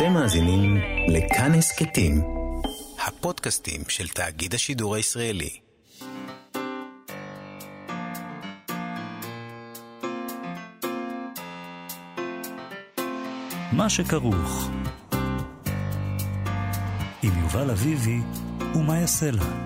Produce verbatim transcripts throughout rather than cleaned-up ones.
אתם מאזינים לכאן הסכתים, הפודקאסטים של תאגיד השידור הישראלי. מה שכרוך עם יובל אביבי ומה יעשה לה.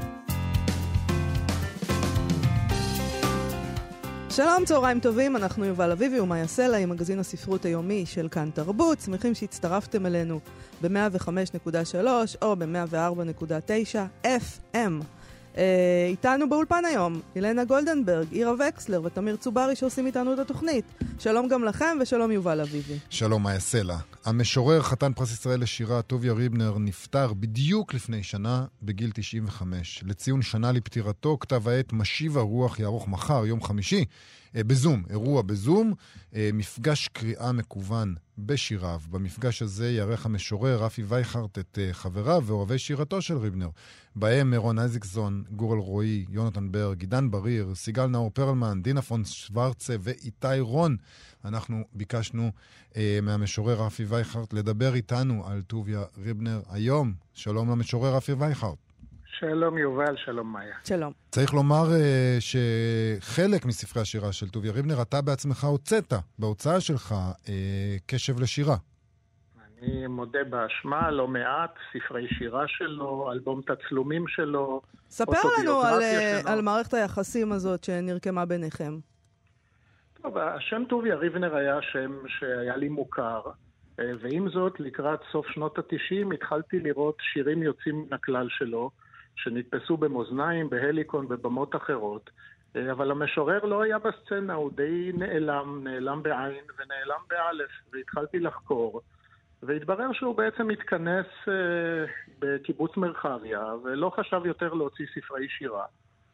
שלום, צהריים טובים, אנחנו יובל אביבי ומה יעשה לה עם מגזין הספרות היומי של כאן תרבות. שמחים שהצטרפתם אלינו ב-מאה וחמש נקודה שלוש או ב-מאה וארבע נקודה תשע אף אם. אה, איתנו באולפן היום אילנה גולדנברג, אירה וקסלר ותמיר צוברי שעושים איתנו את התוכנית. שלום גם לכם ושלום יובל אביבי. שלום, מה יעשה לה. המשורר חתן פרס ישראל לשירה טוביה ריבנר נפטר בדיוק לפני שנה בגיל תשעים וחמש. לציון שנה לפטירתו, כתב העת משיב הרוח יערוך מחר, יום חמישי, בזום, אירוע בזום, מפגש קריאה מקוון בשיריו. במפגש הזה יערך המשורר רפי וייכרט את חבריו ואוהבי שירתו של ריבנר, בהם מירון אייזקסון, גורל רועי, יונתן ברג, עידן בריר, סיגל נאור פרלמן, דינה פון שוורצה ואיתי רון. אנחנו ביקשנו אה, מהמשורר רפי וייכרט לדבר איתנו על טוביה ריבנר היום. שלום למשורר רפי וייכרט. שלום יובל, שלום מאיה. שלום. צריך לומר uh, שחלק מספרי השירה של טוביה ריבנר אתה בעצמך הוצאת בהוצאה שלך uh, קשב לשירה. אני מודה באשמה, לא מעט, ספרי שירה שלו, אלבום תצלומים שלו. ספר לנו על, שלו. על מערכת היחסים הזאת שנרקמה ביניכם. טוב, השם טוביה ריבנר היה שם שהיה לי מוכר, ועם זאת לקראת סוף שנות התשעים התחלתי לראות שירים יוצאים מן הכלל שלו, שנתפסו במאזניים, בהליקון, בבמות אחרות, אבל המשורר לא היה בסצנה, הוא די נעלם, נעלם בעין ונעלם באלף, והתחלתי לחקור, והתברר שהוא בעצם התכנס uh, בקיבוץ מרחביה, ולא חשב יותר להוציא ספרי שירה.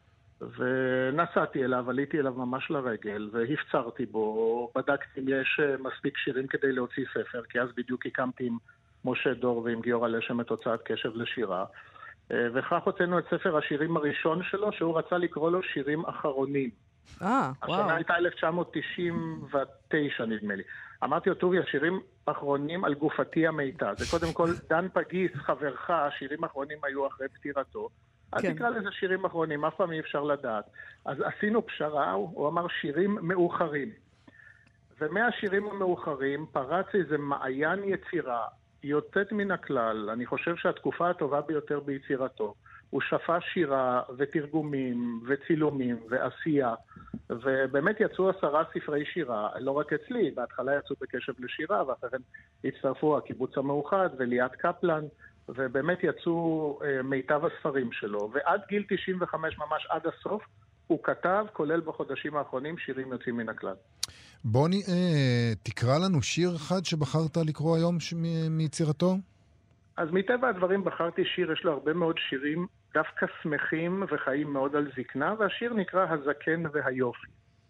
ונסעתי אליו, עליתי אליו ממש לרגל, והפצרתי בו, בדקתי אם יש מספיק שירים כדי להוציא ספר, כי אז בדיוק הקמתי עם משה דור ועם גיורא לשם את הוצאת קשב לשירה. וכך הוצאנו את ספר השירים הראשון שלו, שהוא רצה לקרוא לו שירים אחרונים. אה, וואו. השנה הייתה אלף תשע מאות תשעים ותשע נדמה לי. אמרתי לו, טוביה, שירים אחרונים על גופתי המיתה. זה קודם כל, דן פגיס, חברך, שירים אחרונים היו אחרי פטירתו. אז כן. תקרא לזה שירים אחרונים, אף פעם אי אפשר לדעת. אז עשינו פשרה, הוא אמר שירים מאוחרים. ומהשירים המאוחרים פרץ איזה מעיין יצירה, יוצאת מן הכלל, אני חושב שהתקופה הטובה ביותר ביצירתו. הוא שפה שירה ותרגומים וצילומים ועשייה, ובאמת יצאו עשרה ספרי שירה, לא רק אצלי, בהתחלה יצאו בקשב לשירה, ואחרי הצטרפו הקיבוץ המאוחד וליאת קפלן, ובאמת יצאו אה, מיטב הספרים שלו, ועד גיל תשעים וחמש ממש עד הסוף, הוא כתב, כולל בחודשים האחרונים, שירים יוצאים מן הכלל. בוא אה, תקרא לנו שיר אחד שבחרת לקרוא היום ש... מיצירתו? אז מטבע הדברים בחרתי שיר, יש לו הרבה מאוד שירים, דווקא שמחים וחיים מאוד על זקנה, והשיר נקרא הזקן והיופי.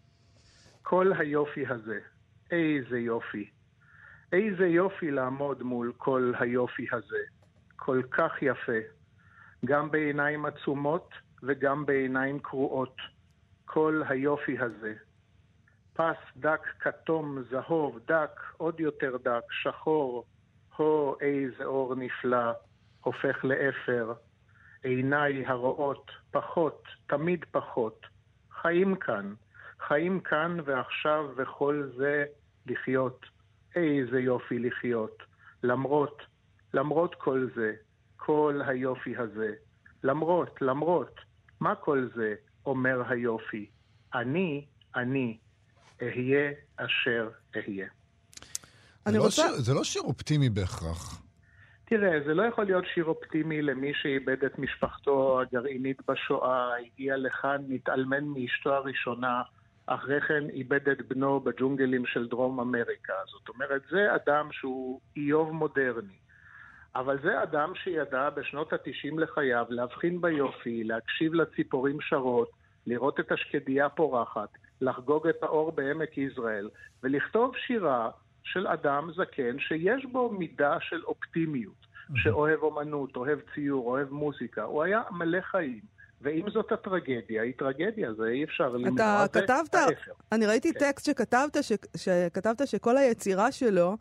כל היופי הזה, איזה יופי. איזה יופי לעמוד מול כל היופי הזה. כל כך יפה. גם בעיניים עצומות וגם בעיניים קרועות. כל היופי הזה. פס דק, כתום, זהוב, דק, עוד יותר דק, שחור. הו, איזה אור נפלא, הופך לאפר. עיניי הרואות, פחות, תמיד פחות. חיים כאן, חיים כאן ועכשיו וכל זה לחיות. איזה יופי לחיות. למרות, למרות כל זה, כל היופי הזה. למרות, למרות, מה כל זה אומר היופי? אני, אני, אהיה אשר אהיה. זה לא, שיר, זה לא שיר אופטימי בהכרח. תראה, זה לא יכול להיות שיר אופטימי למי שאיבד את משפחתו הגרעינית בשואה, הגיע לכאן, מתעלמן מאשתו הראשונה, אחרי כן איבד את בנו בג'ונגלים של דרום אמריקה. זאת אומרת, זה אדם שהוא איוב מודרני. אבל זה אדם שידע בשנות התשעים לחייו להבחין ביופי, להקשיב לציפורים שרות, לראות את השקדיה פורחת, לחגוג את האור בעמק ישראל, ולכתוב שירה של אדם זקן שיש בו מידה של אופטימיות, שאוהב אומנות, אוהב ציור, אוהב מוזיקה. הוא היה מלא חיים. ואם זאת הטרגדיה, היא טרגדיה, זה אי אפשר למנוע. אתה כתבת, אני ראיתי טקסט שכתבת, שכתבת שכל היצירה שלו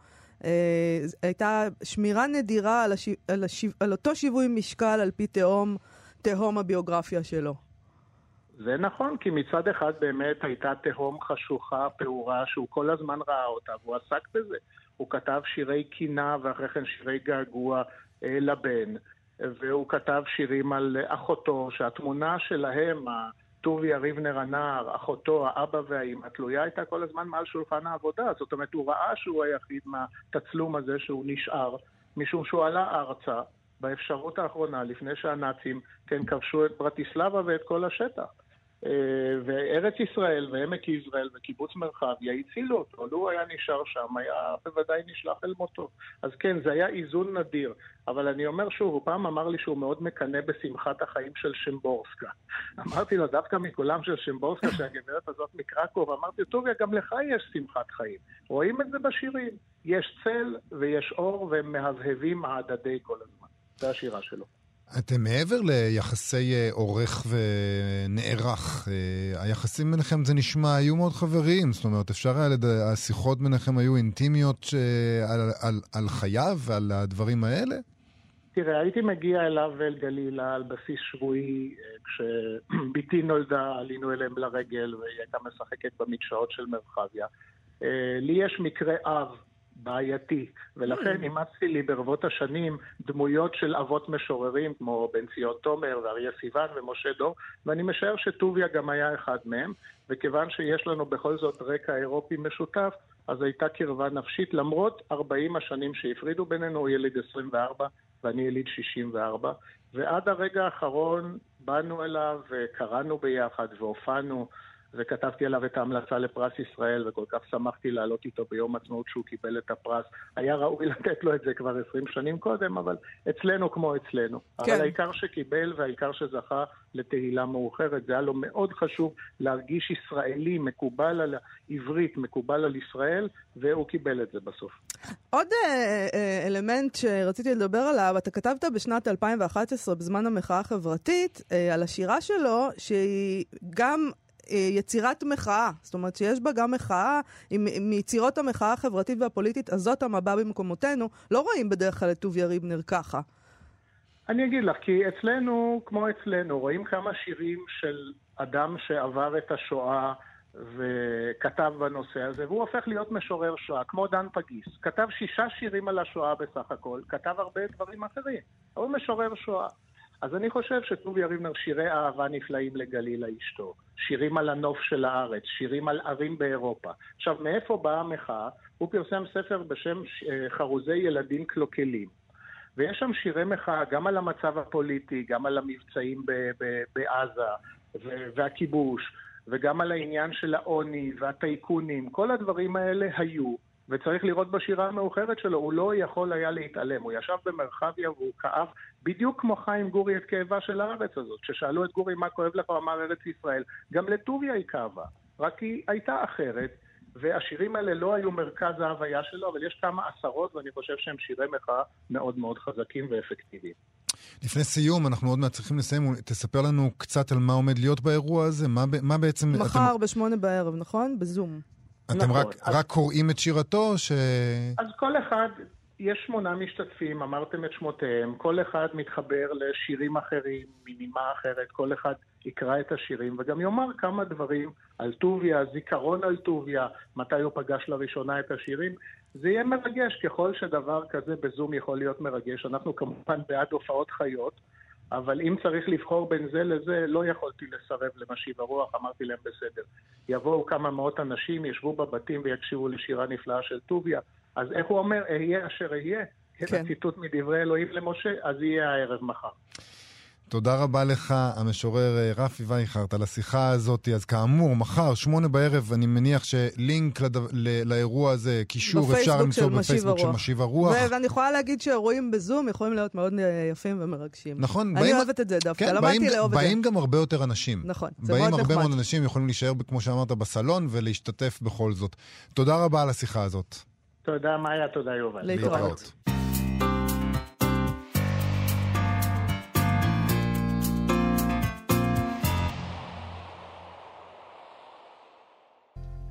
הייתה שמירה נדירה על, השיו, על, השיו, על אותו שיווי משקל על פי תהום, תהום הביוגרפיה שלו. זה נכון, כי מצד אחד באמת הייתה תהום חשוכה, פעורה, שהוא כל הזמן ראה אותה, והוא עסק בזה. הוא כתב שירי קינה ואחרי כן שירי געגוע אה, לבן, והוא כתב שירים על אחותו, שהתמונה שלהם, טוביה ריבנר הנער, אחותו, האבא והאמא, תלויה הייתה כל הזמן מעל שולחן העבודה. זאת אומרת, הוא ראה שהוא היחיד מהתצלום הזה שהוא נשאר, משום שהוא עלה ארצה באפשרות האחרונה, לפני שהנאצים כן כבשו את ברטיסלבה ואת כל השטח. וארץ ישראל ועמק יזרעאל וקיבוץ מרחביה הצילו אותו, לו היה נשאר שם, היה בוודאי נשלח אל מותו. אז כן, זה היה איזון נדיר, אבל אני אומר שוב, הוא פעם אמר לי שהוא מאוד מקנא בשמחת החיים של שמבורסקה. אמרתי לו, דווקא מכולם של שמבורסקה, שהגברת הזאת מקרקוב, אמרתי, טוב, גם לך יש שמחת חיים. רואים את זה בשירים, יש צל ויש אור והם מהבהבים העדדי כל הזמן. זה השירה שלו. אתם מעבר ליחסי עורך ונערך, היחסים ביניכם זה נשמע, היו מאוד חברים, זאת אומרת, אפשר היה, לד... השיחות ביניכם היו אינטימיות על, על, על חייו ועל הדברים האלה? תראה, הייתי מגיע אליו ואל גלילה על בסיס שבועי, כשביתי נולדה, עלינו אליהם לרגל והיא הייתה משחקת במדשאות של מרחביה. לי יש מקרה אב בעייתי, ולכן אימצתי לי ברבות השנים דמויות של אבות משוררים כמו בן ציון תומר ואריה סיוון ומשה דור, ואני משער שטוביה גם היה אחד מהם, וכיוון שיש לנו בכל זאת רקע אירופי משותף, אז הייתה קרבה נפשית, למרות ארבעים השנים שהפרידו בינינו, הוא ילד עשרים וארבע ואני ילד שישים וארבע, ועד הרגע האחרון באנו אליו וקראנו ביחד והופענו, וכתבתי עליו את ההמלצה לפרס ישראל, וכל כך שמחתי לעלות איתו ביום עצמאות שהוא קיבל את הפרס. היה ראוי לתת לו את זה כבר עשרים שנים קודם, אבל אצלנו כמו אצלנו. כן. אבל העיקר שקיבל והעיקר שזכה לתהילה מאוחרת, זה היה לו מאוד חשוב להרגיש ישראלי, מקובל על העברית, מקובל על ישראל, והוא קיבל את זה בסוף. עוד אה, אה, אלמנט שרציתי לדבר עליו, אתה כתבת בשנת אלפיים ואחת עשרה בזמן המחאה החברתית, אה, על השירה שלו, שהיא גם יצירת מחאה, זאת אומרת שיש בה גם מחאה, מיצירות המחאה החברתית והפוליטית הזאת המבא במקומותינו, לא רואים בדרך כלל את טוביה ריבנר ככה. אני אגיד לך, כי אצלנו, כמו אצלנו, רואים כמה שירים של אדם שעבר את השואה וכתב בנושא הזה, והוא הופך להיות משורר שואה, כמו דן פגיס. כתב שישה שירים על השואה בסך הכל, כתב הרבה דברים אחרים, הוא משורר שואה. אז אני חושב שטוביה ריבנר שירי אהבה נפלאים לגלילה אשתו, שירים על הנוף של הארץ, שירים על ערים באירופה. עכשיו, מאיפה באה המחאה? הוא פרסם ספר בשם חרוזי ילדים קלוקלים. ויש שם שירי מחאה גם על המצב הפוליטי, גם על המבצעים ב- ב- בעזה ו- והכיבוש, וגם על העניין של העוני והטייקונים. כל הדברים האלה היו, וצריך לראות בשירה המאוחרת שלו, הוא לא יכול היה להתעלם. הוא ישב במרחביה והוא כאב בדיוק כמו חיים גורי את כאבה של הארץ הזאת. כששאלו את גורי מה כואב לך, הוא אמר ארץ ישראל. גם לטוביה היא כאבה, רק היא הייתה אחרת, והשירים האלה לא היו מרכז ההוויה שלו, אבל יש כמה עשרות, ואני חושב שהם שירי מחאה מאוד מאוד חזקים ואפקטיביים. לפני סיום, אנחנו עוד מעט צריכים לסיים, תספר לנו קצת על מה עומד להיות באירוע הזה, מה, מה בעצם... מחר אתם... בשמונה בערב, נכון? בזום. אתם נכון. רק, אז... רק קוראים את שירתו? ש... אז כל אחד, יש שמונה משתתפים, אמרתם את שמותיהם, כל אחד מתחבר לשירים אחרים, מנימה אחרת, כל אחד יקרא את השירים, וגם יאמר כמה דברים על טוביה, זיכרון על טוביה, מתי הוא פגש לראשונה את השירים. זה יהיה מרגש, ככל שדבר כזה בזום יכול להיות מרגש. אנחנו כמובן בעד הופעות חיות, אבל אם צריך לבחור בין זה לזה, לא יכולתי לסרב למשיב הרוח, אמרתי להם בסדר. יבואו כמה מאות אנשים, ישבו בבתים ויקשיבו לשירה נפלאה של טוביה. אז איך הוא אומר, אהיה אשר אהיה? כן. הציטוט מדברי אלוהים למשה, אז יהיה הערב מחר. תודה רבה לך, המשורר רפי וייכרט, על השיחה הזאת. אז כאמור, מחר, שמונה בערב, אני מניח שלינק לדו... ל... לאירוע הזה, קישור אפשר למצוא בפייסבוק של משיב הרוח. ו... ואני יכולה להגיד שאירועים בזום יכולים להיות מאוד יפים ומרגשים. נכון. אני באים... אוהבת את זה דווקא, כן, למדתי באים, לאהוב את זה. באים גם הרבה יותר אנשים. נכון, זה מאוד באים נחמד. הרבה מאוד אנשים יכולים להישאר, כמו שאמרת, בסלון ולהשתתף בכל זאת. תודה רבה על השיחה הזאת. תודה, מאיה, תודה יובל. להתראות.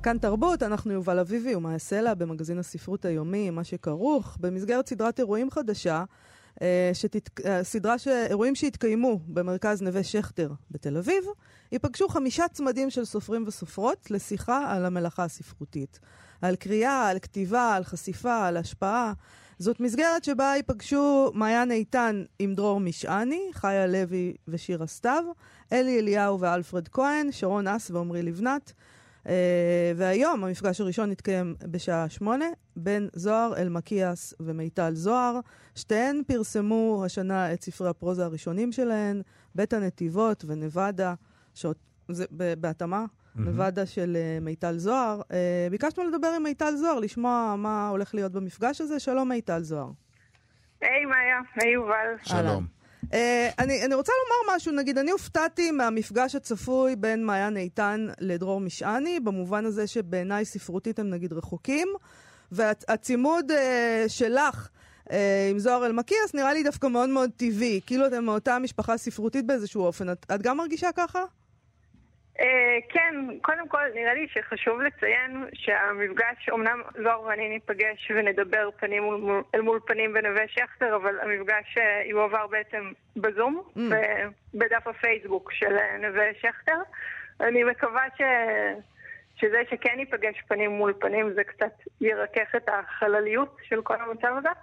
כאן תרבות, אנחנו יובל אביבי ומה יעשה לה במגזין הספרות היומי, מה שכרוך, במסגרת סדרת אירועים חדשה, שתת... סדרה ש... אירועים שהתקיימו במרכז נווה שכטר בתל אביב, ייפגשו חמישה צמדים של סופרים וסופרות לשיחה על המלאכה הספרותית. על קריאה, על כתיבה, על חשיפה, על השפעה. זאת מסגרת שבה ייפגשו מעיין איתן עם דרור משעני, חיה לוי ושירה סתיו, אלי אליהו ואלפרד כהן, שרון אס ועומרי לבנת. Uh, והיום המפגש הראשון התקיים בשעה שמונה, בין זוהר אלמקיאס ומיטל זוהר. שתיהן פרסמו השנה את ספרי הפרוזה הראשונים שלהן, בית הנתיבות ונבדה, שאות, זה, בהתאמה, mm-hmm. נבדה של uh, מיטל זוהר. Uh, ביקשנו לדבר עם מיטל זוהר, לשמוע מה הולך להיות במפגש הזה. שלום מיטל זוהר. היי מאיה, היי יובל. שלום. Uh, אני, אני רוצה לומר משהו, נגיד, אני הופתעתי מהמפגש הצפוי בין מעיין איתן לדרור משעני, במובן הזה שבעיניי ספרותית הם נגיד רחוקים, והצימוד uh, שלך uh, עם זוהר אלמקיאס נראה לי דווקא מאוד מאוד טבעי, כאילו אתם מאותה משפחה ספרותית באיזשהו אופן. את, את גם מרגישה ככה? Uh, כן, קודם כל נראה לי שחשוב לציין שהמפגש, אמנם זוהר ואני ניפגש ונדבר פנים מול, אל מול פנים בנווה שכטר, אבל המפגש uh, יועבר בעצם בזום, mm. בדף הפייסבוק של uh, נווה שכטר. אני מקווה ש... שזה שכן ניפגש פנים מול פנים זה קצת ירקח את החלליות של כל המצב הזה.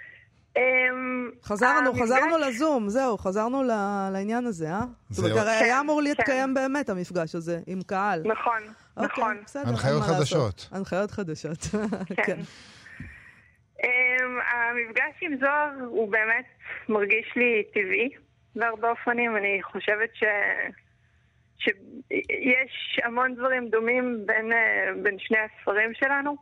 חזרנו, חזרנו לזום, זהו, חזרנו לעניין הזה, אה? זאת אומרת, היה אמור להתקיים באמת המפגש הזה, עם קהל. נכון, נכון. הנחיות חדשות. הנחיות חדשות, כן. המפגש עם זוהר הוא באמת מרגיש לי טבעי, בהרבה אופנים. אני חושבת ש... שיש המון דברים דומים בין שני הספרים שלנו.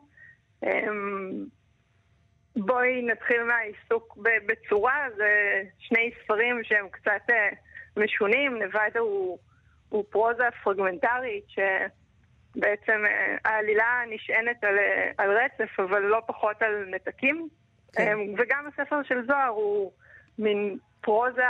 בואי נתחיל מהעיסוק בצורה. זה שני ספרים שהם קצת משונים. נבדה הוא, הוא פרוזה פרגמנטרית שבעצם העלילה נשענת על, על רצף, אבל לא פחות על נתקים. כן. וגם הספר של זוהר הוא מין פרוזה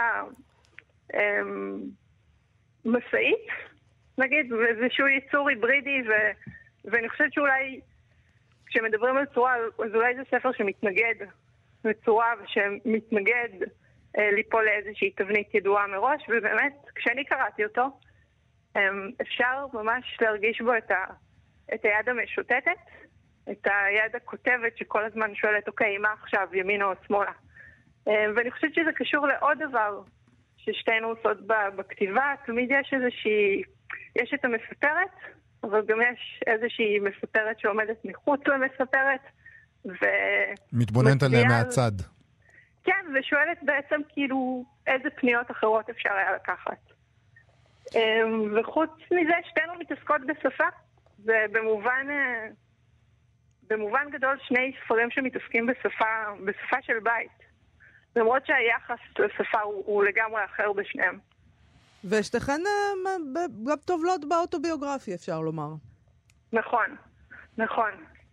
מסעית, נגיד, ואיזשהו ייצור היברידי, ו, ואני חושבת שאולי כשמדברים על צורה, אז אולי זה ספר שמתנגד בצורה, ושמתנגד אה, ליפול לאיזושהי תבנית ידועה מראש, ובאמת, כשאני קראתי אותו, אה, אפשר ממש להרגיש בו את, ה, את היד המשוטטת, את היד הכותבת שכל הזמן שואלת, אוקיי, מה עכשיו, ימינה או שמאלה? אה, ואני חושבת שזה קשור לעוד דבר ששתינו עושות בכתיבה. תמיד יש איזושהי, יש את המספרת, אבל גם יש איזושהי מספרת שעומדת מחוץ למספרת, ו... מתבוננת עליה מהצד. כן, ושואלת בעצם כאילו איזה פניות אחרות אפשר היה לקחת. וחוץ מזה, שתינו מתעסקות בשפה. זה במובן, במובן גדול שני ספרים שמתעסקים בשפה, בשפה של בית. למרות שהיחס לשפה הוא, הוא לגמרי אחר בשניהם. ושתכן גם טובלות באוטוביוגרפיה, אפשר לומר. נכון, נכון.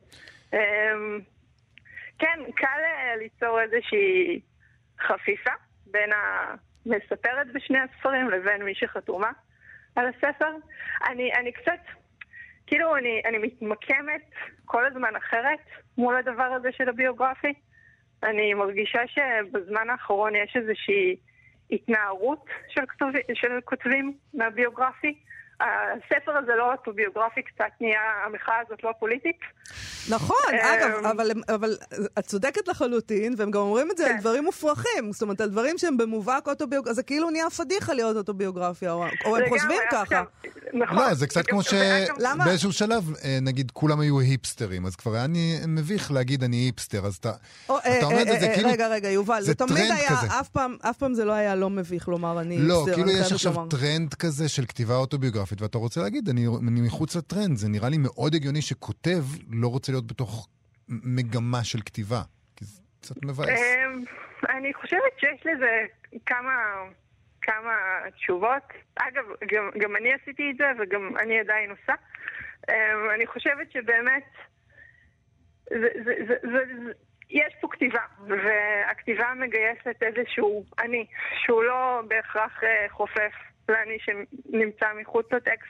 כן, קל ליצור איזושהי חפיפה בין המספרת בשני הספרים לבין מי שחתומה על הספר. אני, אני קצת, כאילו אני, אני מתמקמת כל הזמן אחרת מול הדבר הזה של הביוגרפי. אני מרגישה שבזמן האחרון יש איזושהי התנערות של, כתוב, של כותבים מהביוגרפי. הספר הזה לא אוטוביוגרפי, קצת נהיה, המחאה הזאת לא פוליטית. נכון, אגב, אבל, אבל את צודקת לחלוטין, והם גם אומרים את זה על דברים מופרכים, זאת אומרת, על דברים שהם במובהק אוטוביוגרפיה, זה כאילו נהיה פדיחה להיות אוטוביוגרפיה, או הם חושבים ככה. לא, זה קצת כמו שבאיזשהו שלב, נגיד, כולם היו היפסטרים, אז כבר היה מביך להגיד אני היפסטר, אז אתה אומר את זה כאילו... רגע, רגע, יובל, זה תמיד היה, אף פעם זה לא היה לא מביך לומר אני היפסטר. לא, כאילו יש עכשיו טרנד כזה של כתיבה אוטוביוגרפית, ואתה רוצה להגיד, אני, אני מחוץ לטרנד, זה נראה לי מאוד הגיוני שכותב לא רוצה להיות בתוך מגמה של כתיבה, כי זה קצת מבאס. אני חושבת שיש לזה כמה, כמה תשובות. אגב, גם, גם אני עשיתי את זה, וגם אני עדיין עושה. אני חושבת שבאמת, זה, זה, זה, זה, זה, יש פה כתיבה, והכתיבה מגייסת איזשהו אני, שהוא לא בהכרח חופף לאני שנמצא מחוץ לטקסט,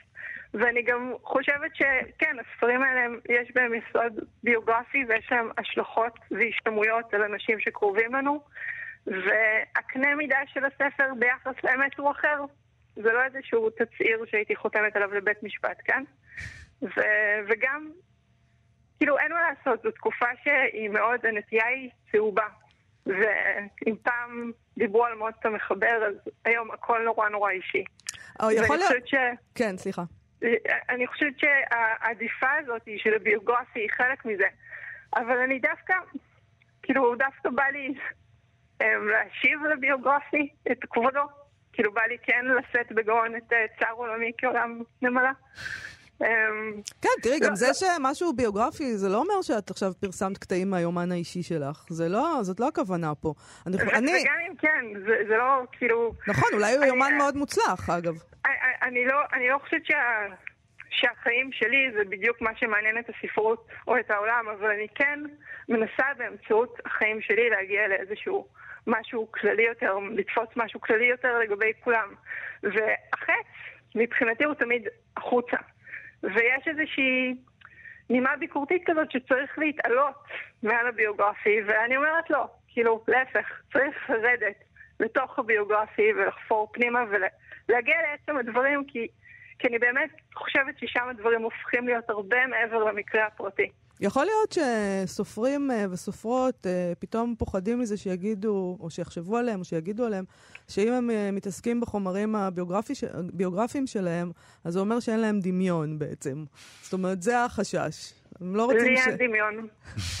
ואני גם חושבת שכן, הספרים האלה יש בהם יסוד ביוגרפי ויש להם השלכות והשתמעויות על אנשים שקרובים לנו, והקנה מידה של הספר ביחס לאמת הוא אחר. זה לא איזשהו תצעיר שהייתי חותמת עליו לבית משפט, כן? ו- וגם, כאילו אין מה לעשות, זו תקופה שהיא מאוד, הנטייה היא צהובה. ואם פעם דיברו על מות המחבר, אז היום הכל נורא נורא אישי. או יכול להיות... ש... כן, סליחה. אני חושבת שהעדיפה הזאת של הביוגרפי היא חלק מזה. אבל אני דווקא, כאילו דווקא בא לי להשיב לביוגרפי את כבודו. כאילו בא לי כן לשאת בגאון את צער עולמי כעולם נמלה. כן, תראי, גם זה שמשהו ביוגרפי, זה לא אומר שאת עכשיו פרסמת קטעים מהיומן האישי שלך. זה לא, זאת לא הכוונה פה. וגם אם כן, זה לא כאילו... נכון, אולי הוא יומן מאוד מוצלח, אגב. אני לא חושבת שהחיים שלי זה בדיוק מה שמעניין את הספרות או את העולם, אבל אני כן מנסה באמצעות החיים שלי להגיע לאיזשהו משהו כללי יותר, לתפוץ משהו כללי יותר לגבי כולם. והחץ, מבחינתי הוא תמיד החוצה. ויש איזושהי נימה ביקורתית כזאת שצריך להתעלות מעל הביוגרפי, ואני אומרת לא, כאילו, להפך, צריך לרדת לתוך הביוגרפי ולחפור פנימה ולהגיע לעצם הדברים, כי, כי אני באמת חושבת ששם הדברים הופכים להיות הרבה מעבר למקרה הפרטי. יכול להיות שסופרים וסופרות פתאום פוחדים מזה שיגידו, או שיחשבו עליהם, או שיגידו עליהם, שאם הם מתעסקים בחומרים הביוגרפיים שלהם, אז זה אומר שאין להם דמיון בעצם. זאת אומרת, זה החשש. הם לא רוצים לי ש... אין דמיון.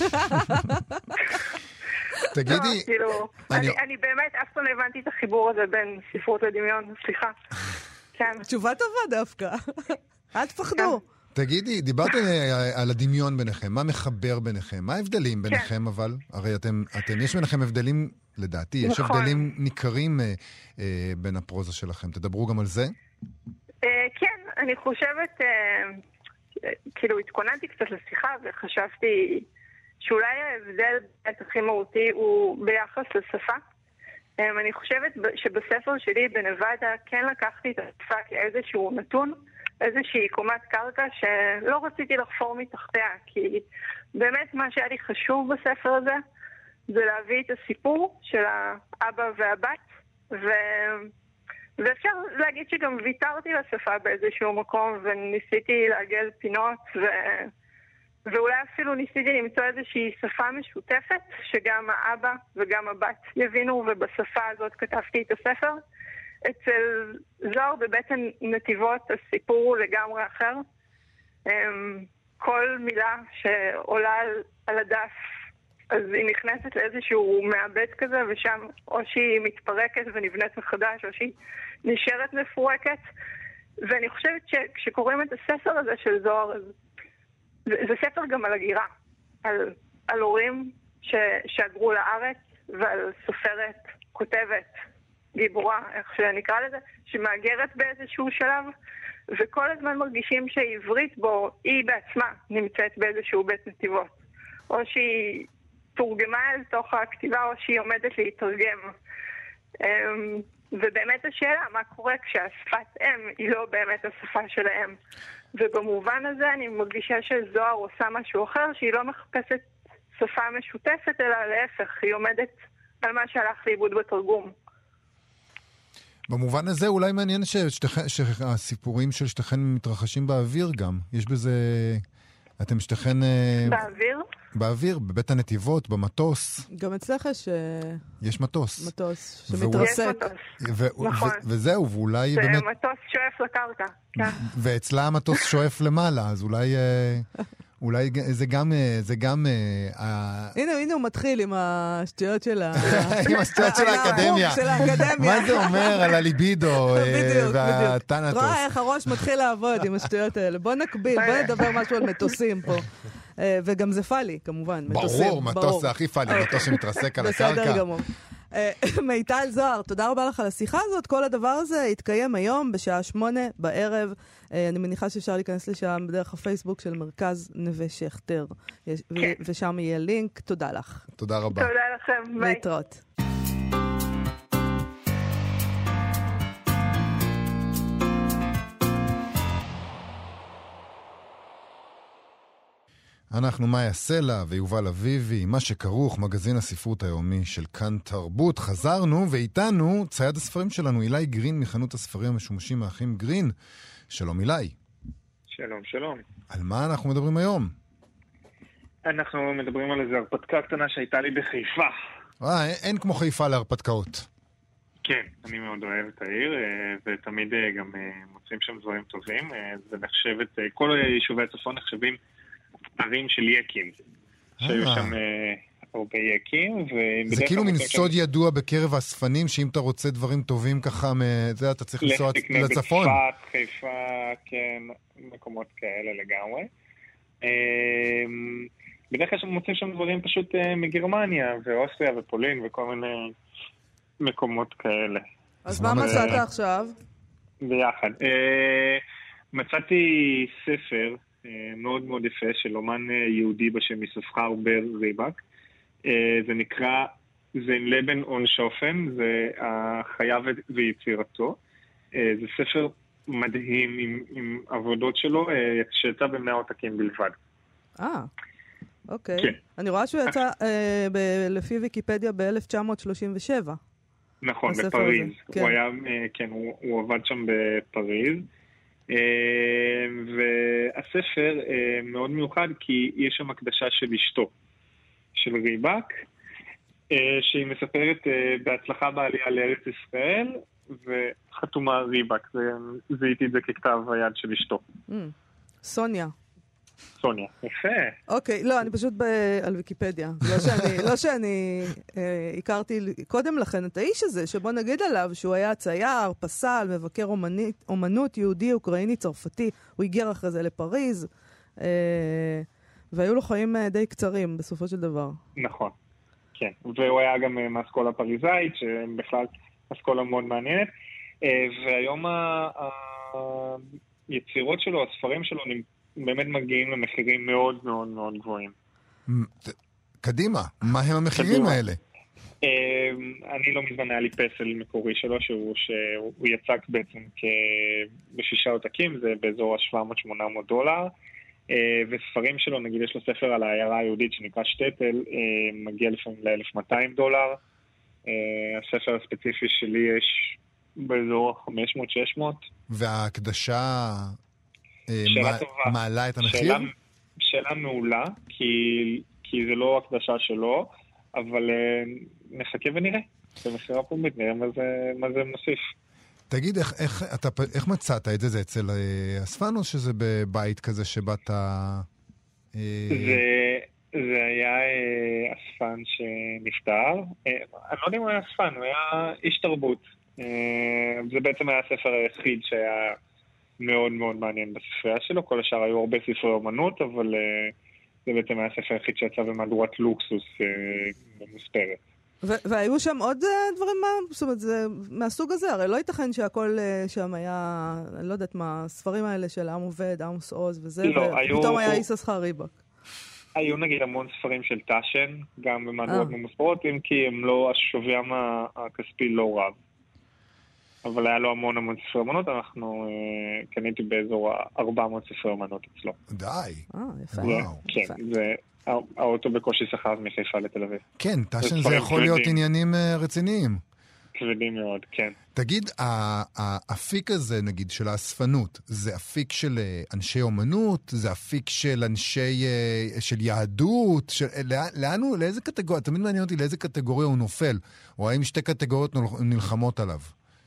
תגידי... אני באמת אף פעם לא הבנתי את החיבור הזה בין ספרות לדמיון, סליחה. תשובה טובה דווקא. אל תפחדו. תגידי, דיברתם על הדמיון ביניכם, מה מחבר ביניכם? מה ההבדלים ביניכם אבל? הרי אתם, אתם, יש ביניכם הבדלים, לדעתי, יש הבדלים ניכרים אה, אה, בין הפרוזה שלכם. תדברו גם על זה? אה, כן, אני חושבת, אה, כאילו התכוננתי קצת לשיחה וחשבתי שאולי ההבדל הכי מהותי הוא ביחס לשפה. אה, אני חושבת שבספר שלי בנבדה כן לקחתי את השפה כאיזשהו נתון, איזושהי קומת קרקע שלא רציתי לחפור מתחתיה, כי באמת מה שהיה לי חשוב בספר הזה זה להביא את הסיפור של האבא והבת, ו... ואפשר להגיד שגם ויתרתי לשפה באיזשהו מקום וניסיתי לעגל פינות ו... ואולי אפילו ניסיתי למצוא איזושהי שפה משותפת שגם האבא וגם הבת יבינו, ובשפה הזאת כתבתי את הספר. אצל זוהר בבית נתיבות הסיפור הוא לגמרי אחר. כל מילה שעולה על, על הדף, אז היא נכנסת לאיזשהו מעבד כזה, ושם או שהיא מתפרקת ונבנית מחדש, או שהיא נשארת מפורקת. ואני חושבת שכשקוראים את הספר הזה של זוהר, אז זה, זה ספר גם על הגירה, על, על הורים ש, שהגרו לארץ, ועל סופרת, כותבת, גיבורה, איך שנקרא לזה, שמאגרת באיזשהו שלב, וכל הזמן מרגישים שהעברית בו, היא בעצמה נמצאת באיזשהו בית נתיבות. או שהיא תורגמה אל תוך הכתיבה, או שהיא עומדת להתרגם. ובאמת השאלה, מה קורה כשהשפת אם היא לא באמת השפה שלהם. ובמובן הזה אני מרגישה שזוהר עושה משהו אחר, שהיא לא מחפשת שפה משותפת, אלא להפך, היא עומדת על מה שהלך לאיבוד בתרגום. במובן הזה אולי מעניין שהסיפורים של שתיכן מתרחשים באוויר גם. יש בזה... אתם שתיכן... באוויר? באוויר, בבית הנתיבות, במטוס. גם אצלך יש... יש מטוס. מטוס שמתרסק. יש מטוס, נכון. וזהו, ואולי באמת... זה מטוס שואף לקרקע, כן. ואצלה המטוס שואף למעלה, אז אולי... אולי זה גם, זה גם... הנה, הנה הוא מתחיל עם השטויות של ה... עם השטויות של האקדמיה. של האקדמיה. מה זה אומר על הליבידו והטנטוס? רואה איך הראש מתחיל לעבוד עם השטויות האלה. בוא נקביל, בוא נדבר משהו על מטוסים פה. וגם זה פאלי, כמובן. ברור, מטוס זה הכי פאלי, מטוס שמתרסק על הקרקע. בסדר גמור. מיטל זוהר, תודה רבה לך על השיחה הזאת. כל הדבר הזה יתקיים היום בשעה שמונה בערב. אני מניחה שאפשר להיכנס לשם בדרך הפייסבוק של מרכז נווה שכתר, ושם יהיה לינק. תודה לך. תודה רבה. תודה לכם, ביי. להתראות. אנחנו מאיה סלע ויובל אביבי, מה שכרוך, מגזין הספרות היומי של כאן תרבות. חזרנו, ואיתנו צייד הספרים שלנו, אילי גרין מחנות הספרים המשומשים האחים גרין. שלום אילי. שלום, שלום. על מה אנחנו מדברים היום? אנחנו מדברים על איזו הרפתקה קטנה שהייתה לי בחיפה. אה, אין כמו חיפה להרפתקאות. כן, אני מאוד אוהב את העיר, ותמיד גם מוצאים שם דברים טובים. זה נחשבת, כל יישובי הצפון נחשבים ערים של יקים. שהיו שם הרבה יקים. זה כאילו מין סוד ידוע בקרב הספנים, שאם אתה רוצה דברים טובים ככה, זה אתה צריך לנסוע לצפון. בצפת, חיפה, כן, מקומות כאלה לגמרי. בדרך כלל מוצאים שם דברים פשוט מגרמניה, ואוסטריה ופולין וכל מיני מקומות כאלה. אז מה מצאת עכשיו? ביחד. מצאתי ספר מאוד מאוד יפה של אומן יהודי בשם יששכר בר ריבק. זה נקרא זיין לבן און שופן, זה החיה ויצירתו. זה ספר מדהים עם, עם עבודות שלו, שיצא במאה עותקים בלבד. אה, אוקיי. כן. אני רואה שהוא יצא אה, ב- לפי ויקיפדיה ב-אלף תשע מאות שלושים ושבע. נכון, בפריז. כן. הוא היה, כן, הוא, הוא עבד שם בפריז. והספר מאוד מיוחד כי יש שם הקדשה של אשתו, של ריבק, שהיא מספרת בהצלחה בעלייה לארץ ישראל, וחתומה ריבק. זיהיתי את זה ככתב היד של אשתו. סוניה. סוניה, יפה. אוקיי, לא, אני פשוט על ויקיפדיה. לא שאני, לא שאני אה, הכרתי קודם לכן את האיש הזה, שבוא נגיד עליו שהוא היה צייר, פסל, מבקר אומנית, אומנות יהודי, אוקראיני, צרפתי. הוא הגיע אחרי זה לפריז, אה, והיו לו חיים די קצרים בסופו של דבר. נכון, כן. והוא היה גם מאסכולה פריזאית, שבכלל אסכולה מאוד מעניינת. אה, והיום היצירות שלו, הספרים שלו נמצאים, באמת מגיעים למחירים מאוד מאוד מאוד גבוהים. קדימה, מה הם המחירים האלה? אני לא מזמן היה לי פסל מקורי שלו, שהוא יצק בעצם בשישה עותקים, זה באזור ה-שבע מאות שמונה מאות דולר, וספרים שלו, נגיד יש לו ספר על העיירה היהודית שנקרא שטטל, מגיע לפעמים ל-אלף ומאתיים דולר. הספר הספציפי שלי יש באזור ה-חמש מאות שש מאות. וההקדשה מעלה את המחיר? שאלה, שאלה מעולה, כי, כי זה לא הקדשה שלו, אבל נחכה ונראה. זה מחיר הפומבית, נראה מה זה, מה זה מוסיף. תגיד, איך, איך, אתה, איך מצאת את זה? זה אצל אספן או שזה בבית כזה שבאת... אה... זה, זה היה אה, אספן שנפטר. אה, אני לא יודע אם הוא היה אספן, הוא היה איש תרבות. אה, זה בעצם היה הספר היחיד שהיה... מאוד מאוד מעניין בספרייה שלו, כל השאר היו הרבה ספרי אומנות, אבל uh, זה בעצם היה ספר היחיד שיצא במהדורת לוקסוס uh, ממוספרת. ו- והיו שם עוד uh, דברים מה, זאת אומרת, זה מהסוג הזה, הרי לא ייתכן שהכל uh, שם היה, אני לא יודעת מה, הספרים האלה של עם עובד, עמוס עוז וזה, לא, ופתאום היו... היה יששכר ריבק. היו נגיד המון ספרים של טשן, גם במהדורות ממוספרות, אם כי הם לא, השוויים הכספי לא רב. אבל היה לו המון המון ספרי אמנות, אנחנו אה, קניתי באזור ארבע מאות ספרי אמנות אצלו. די. אה, יפה. וואו. כן, יפה. זה, האוטו בקושי שכר מחיפה לתל אביב. כן, טשן זה יכול להיות עניינים רציניים. כבדים מאוד, כן. תגיד, האפיק הזה, נגיד, של האספנות, זה אפיק של אנשי אומנות? זה אפיק של אנשי, של יהדות? של, לאן הוא, לאיזה קטגוריה? תמיד מעניין אותי לאיזה קטגוריה הוא נופל, או האם שתי קטגוריות נלחמות עליו?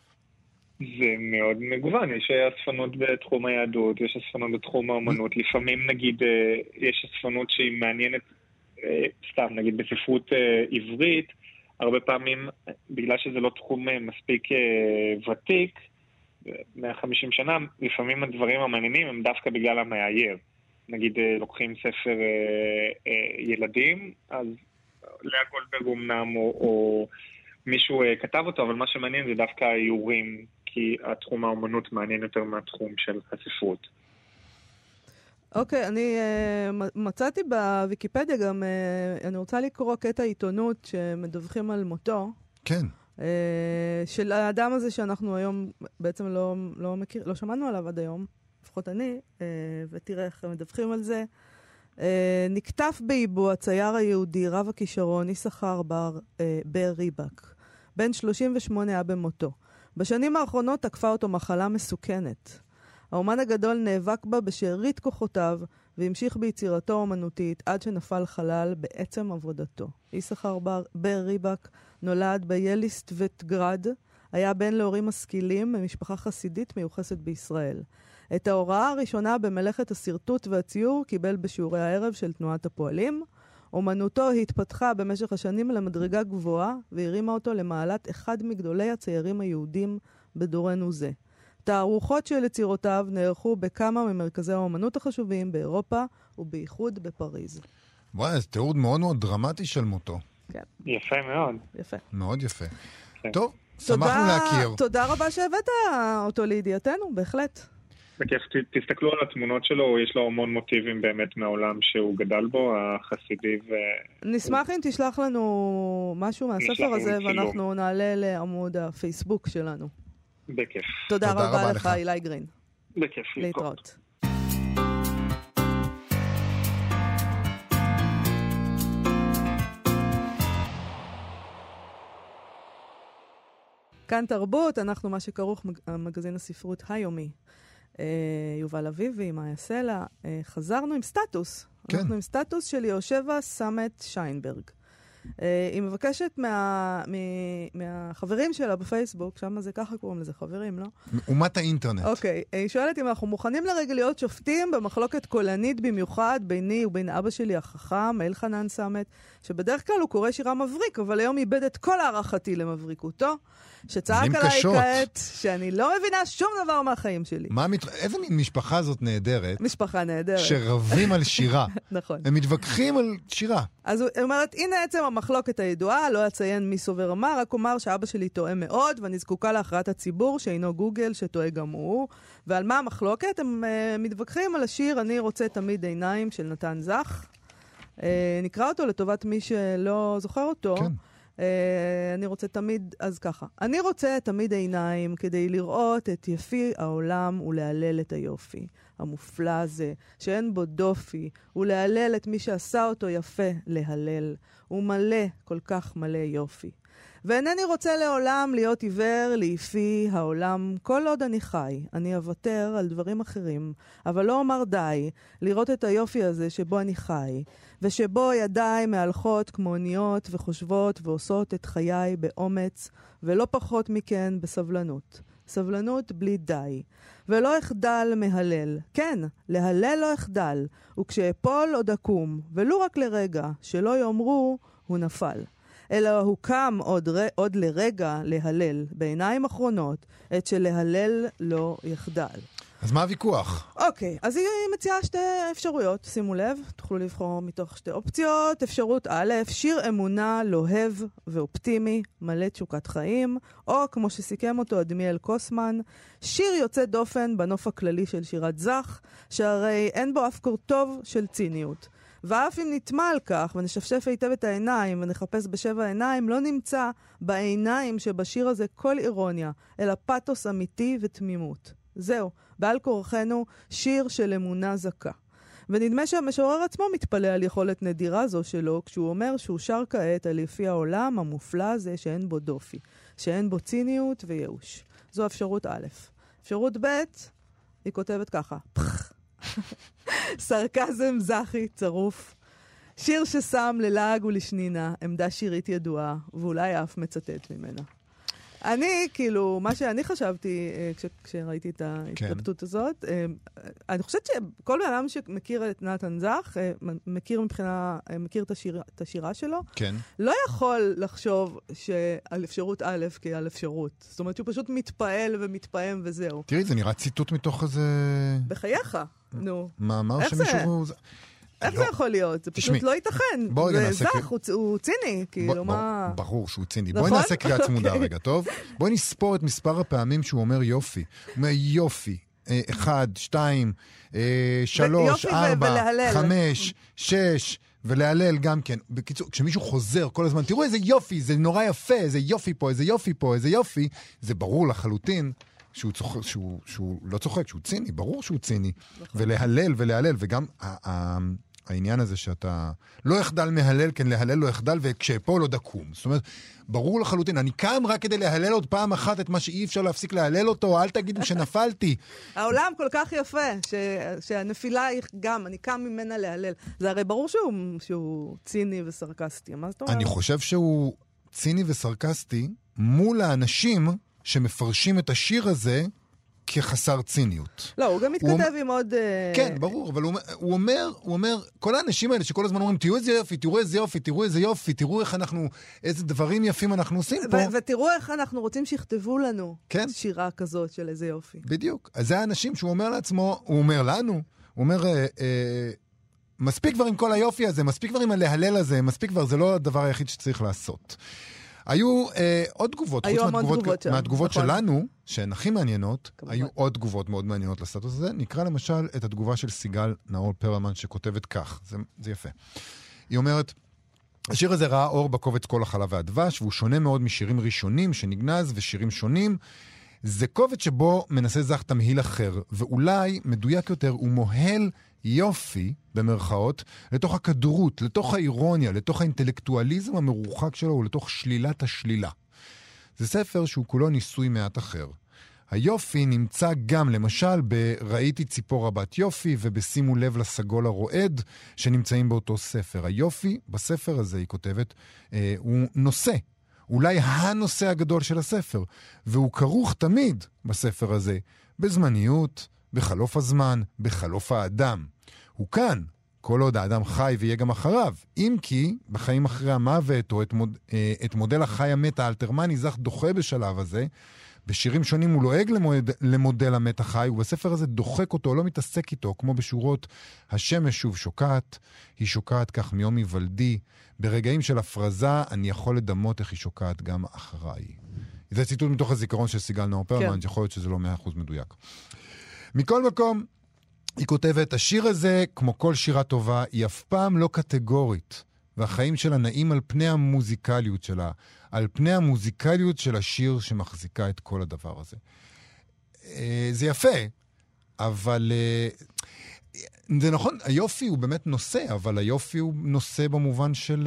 זה מאוד מגוון, יש אספנות בתחום היהדות, יש אספנות בתחום האמנות, לפעמים נגיד יש אספנות שהיא מעניינת, סתם נגיד בספרות עברית, הרבה פעמים בגלל שזה לא תחום מספיק ותיק, מאה וחמישים שנה, לפעמים הדברים המעניינים הם דווקא בגלל המאייר. נגיד לוקחים ספר ילדים, אז לאה גולדברג אומנם או, או מישהו כתב אותו, אבל מה שמעניין זה דווקא האיורים, כי התחום האמנות מעניין יותר מהתחום של הספרות. אוקיי, אני uh, מצאתי בוויקיפדיה גם, uh, אני רוצה לקרוא קטע עיתונות שמדווחים על מותו. כן. Uh, של האדם הזה שאנחנו היום בעצם לא, לא מכיר, לא שמענו עליו עד היום, לפחות אני, uh, ותראה איך מדווחים על זה. נקטף באיבו הצייר היהודי רב הכישרון יששכר בר, בר ריבק. בן שלושים ושמונה היה במותו. בשנים האחרונות תקפה אותו מחלה מסוכנת. האומן הגדול נאבק בה בשארית כוחותיו, והמשיך ביצירתו האומנותית עד שנפל חלל בעצם עבודתו. יששכר בר, בר ריבק נולד ביליסטבטגרד, היה בן להורים משכילים ממשפחה חסידית מיוחסת בישראל. את ההוראה הראשונה במלאכת הסרטוט והציור קיבל בשיעורי הערב של תנועת הפועלים. אומנותו התפתחה במשך השנים למדרגה גבוהה, והרימה אותו למעלת אחד מגדולי הציירים היהודים בדורנו זה. תערוכות של יצירותיו נערכו בכמה ממרכזי האומנות החשובים באירופה, ובייחוד בפריז. וואי, זה תיאור מאוד מאוד דרמטי של מותו. כן. יפה מאוד. יפה. מאוד יפה. כן. טוב, שמחנו להכיר. תודה רבה שהבאת אותו לידיעתנו, בהחלט. בכיף, תסתכלו על התמונות שלו, יש לו המון מוטיבים באמת מהעולם שהוא גדל בו, החסידי ו... נשמח אם תשלח לנו משהו מהספר הזה, ואנחנו נעלה לעמוד הפייסבוק שלנו. בכיף. תודה רבה לך, אילי גרין. בכיף. להתראות. כאן תרבות, אנחנו מה שכרוך מגזין הספרות היומי. יובל אביבי, מאיה סלע, חזרנו עם סטטוס. כן. אנחנו עם סטטוס של יושבה סמט שיינברג. היא מבקשת מה, מהחברים שלה בפייסבוק, שם זה ככה קוראים לזה, חברים, לא? אומת האינטרנט. אוקיי, היא שואלת אם אנחנו מוכנים לרגע להיות שופטים במחלוקת קולנית במיוחד ביני ובין אבא שלי החכם, אלחנן סמט, שבדרך כלל הוא קורא שירה מבריק, אבל היום איבד את כל הערכתי למבריקותו, שצעק עליי כעת שאני לא מבינה שום דבר מהחיים שלי. מה, איזה מין משפחה זאת נהדרת? משפחה נהדרת. שרבים על שירה. נכון. הם מתווכחים על שירה. אז הוא אומרת, הנה עצם המחלוקת הידועה, לא אציין מי סובר מה, רק אומר שאבא שלי טועה מאוד, ואני זקוקה להכרעת הציבור, שאינו גוגל, שטועה גם הוא. ועל מה המחלוקת? הם uh, מתווכחים על השיר אני רוצה תמיד עיניים של נתן זך. Uh, נקרא אותו לטובת מי שלא זוכר אותו. כן. Uh, אני רוצה תמיד, אז ככה. אני רוצה תמיד עיניים כדי לראות את יפי העולם ולהלל את היופי. המופלא הזה, שאין בו דופי, ולהלל את מי שעשה אותו יפה, להלל. הוא מלא, כל כך מלא יופי. ואינני רוצה לעולם להיות עיוור ליפי העולם, כל עוד אני חי. אני אוותר על דברים אחרים, אבל לא אומר די, לראות את היופי הזה שבו אני חי, ושבו ידיי מהלכות כמו אוניות וחושבות ועושות את חיי באומץ, ולא פחות מכן בסבלנות. סבלנות בלי די. ולא אחדל מהלל. כן, להלל לא אחדל, וכשאפול עוד אקום, ולו רק לרגע, שלא יאמרו, הוא נפל. אלא הוא קם עוד, ר... עוד לרגע להלל, בעיניים אחרונות, את שלהלל לא יחדל. אז מה הוויכוח? אוקיי, אז היא מציעה שתי אפשרויות, שימו לב, תוכלו לבחור מתוך שתי אופציות. אפשרות א', שיר אמונה לוהב ואופטימי, מלא תשוקת חיים, או כמו שסיכם אותו אדמיאל קוסמן, שיר יוצא דופן בנוף הכללי של שירת זך, שהרי אין בו אף קורטוב של ציניות. ואף אם נטמע על כך ונשפשף היטב את העיניים ונחפש בשבע העיניים, לא נמצא בעיניים שבשיר הזה כל אירוניה, אלא פתוס אמיתי ותמימות. זהו, בעל כורחנו שיר של אמונה זכה. ונדמה שהמשורר עצמו מתפלא על יכולת נדירה זו שלו, כשהוא אומר שהוא שר כעת על יפי העולם המופלא הזה שאין בו דופי, שאין בו ציניות וייאוש. זו אפשרות א'. אפשרות ב', היא כותבת ככה, פח. סרקזם זכי צרוף. שיר ששם ללעג ולשנינה, עמדה שירית ידועה, ואולי אף מצטט ממנה. אני, כאילו, מה שאני חשבתי כש, כשראיתי את ההתלבטות הזאת, אני חושבת שכל בן אדם שמכיר את נתן זך, מכיר מבחינה, מכיר את, השיר, את השירה שלו, כן. לא יכול לחשוב שעל אפשרות א' כעל אפשרות. זאת אומרת שהוא פשוט מתפעל ומתפעם וזהו. תראי, זה נראה ציטוט מתוך איזה... בחייך, נו. מאמר שמישהו... איך זה יכול להיות? זה פשוט לא ייתכן. זה זך, הוא ציני, כאילו מה... ברור שהוא ציני. בואי נעשה קריאה צמודה רגע, טוב? בואי נספור את מספר הפעמים שהוא אומר יופי. הוא אומר יופי. אחד, שתיים, שלוש, ארבע, חמש, שש, ולהלל גם כן. בקיצור, כשמישהו חוזר כל הזמן, תראו איזה יופי, זה נורא יפה, איזה יופי פה, איזה יופי פה, איזה יופי, זה ברור לחלוטין. שהוא, צוחק, שהוא, שהוא לא צוחק, שהוא ציני, ברור שהוא ציני. ולהלל ולהלל, וגם העניין הזה שאתה לא יחדל מהלל, כן להלל לא יחדל, וכשאפול עוד אקום. זאת אומרת, ברור לחלוטין, אני קם רק כדי להלל עוד פעם אחת את מה שאי אפשר להפסיק להלל אותו, אל תגידו שנפלתי. העולם כל כך יפה, ש... שהנפילה היא גם, אני קם ממנה להלל. זה הרי ברור שהוא, שהוא ציני וסרקסטי, מה זאת אומרת? אני חושב שהוא ציני וסרקסטי מול האנשים שמפרשים את השיר הזה כחסר ציניות. לא, הוא גם מתכתב עם עוד... כן, ברור, אבל הוא אומר, הוא אומר, כל האנשים האלה שכל הזמן אומרים, תראו איזה יופי, תראו איזה יופי, תראו איזה יופי, תראו איך אנחנו, איזה דברים יפים אנחנו עושים פה. ותראו איך אנחנו רוצים שיכתבו לנו שירה כזאת של איזה יופי. בדיוק. אז זה האנשים שהוא אומר לעצמו, הוא אומר לנו, הוא אומר, מספיק כבר עם כל היופי הזה, מספיק כבר עם הלהלל הזה, מספיק כבר, זה לא הדבר היחיד שצריך לעשות. היו אה, עוד תגובות, היו המון תגובות שם. מהתגובות נכון. שלנו, שהן הכי מעניינות, כמובן. היו עוד תגובות מאוד מעניינות לסטטוס הזה. נקרא למשל את התגובה של סיגל נאור פרלמן, שכותבת כך, זה, זה יפה. היא אומרת, השיר הזה ראה אור בקובץ כל החלב והדבש, והוא שונה מאוד משירים ראשונים שנגנז ושירים שונים. זה קובץ שבו מנסה זך תמהיל אחר, ואולי, מדויק יותר, הוא מוהל יופי, במרכאות, לתוך הכדרות, לתוך האירוניה, לתוך האינטלקטואליזם המרוחק שלו, ולתוך שלילת השלילה. זה ספר שהוא כולו ניסוי מעט אחר. היופי נמצא גם, למשל, בראיתי ציפור רבת יופי, ובשימו לב לסגול הרועד, שנמצאים באותו ספר. היופי, בספר הזה, היא כותבת, אה, הוא נושא. אולי הנושא הגדול של הספר, והוא כרוך תמיד בספר הזה, בזמניות, בחלוף הזמן, בחלוף האדם. הוא כאן, כל עוד האדם חי ויהיה גם אחריו, אם כי בחיים אחרי המוות, או את, מוד, את מודל החי המת האלתרמני, זך דוחה בשלב הזה, בשירים שונים הוא לועג למוד, למודל המת החי, ובספר הזה דוחק אותו, לא מתעסק איתו, כמו בשורות, השמש שוב שוקעת, היא שוקעת כך מיום היוולדי, ברגעים של הפרזה אני יכול לדמות איך היא שוקעת גם אחריי. זה ציטוט מתוך הזיכרון של סיגל נאור פרלמן, כן. יכול להיות שזה לא מאה אחוז מדויק. מכל מקום, היא כותבת, השיר הזה, כמו כל שירה טובה, היא אף פעם לא קטגורית, והחיים שלה נעים על פני המוזיקליות שלה, על פני המוזיקליות של השיר שמחזיקה את כל הדבר הזה. זה יפה, אבל זה נכון, היופי הוא באמת נושא, אבל היופי הוא נושא במובן של,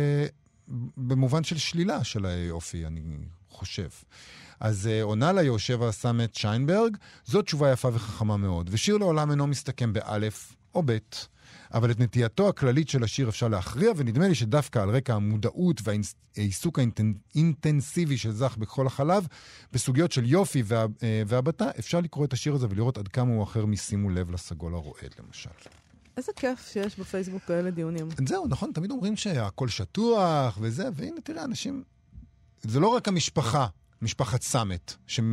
במובן של שלילה של היופי, אני חושב. אז עונה לה יושב סמט שיינברג, זאת תשובה יפה וחכמה מאוד, ושיר לעולם אינו מסתכם באלף או בית, אבל את נטייתו הכללית של השיר אפשר להכריע, ונדמה לי שדווקא על רקע המודעות והעיסוק האינטנסיבי של זך בכל החלב, בסוגיות של יופי וה, והבטה, אפשר לקרוא את השיר הזה ולראות עד כמה הוא אחר משימו לב לסגול הרועד, למשל. איזה כיף שיש בפייסבוק כאלה דיונים. זהו, נכון, תמיד אומרים שהכל שטוח וזה, והנה תראה, אנשים, זה לא רק המשפחה, משפחת סמט,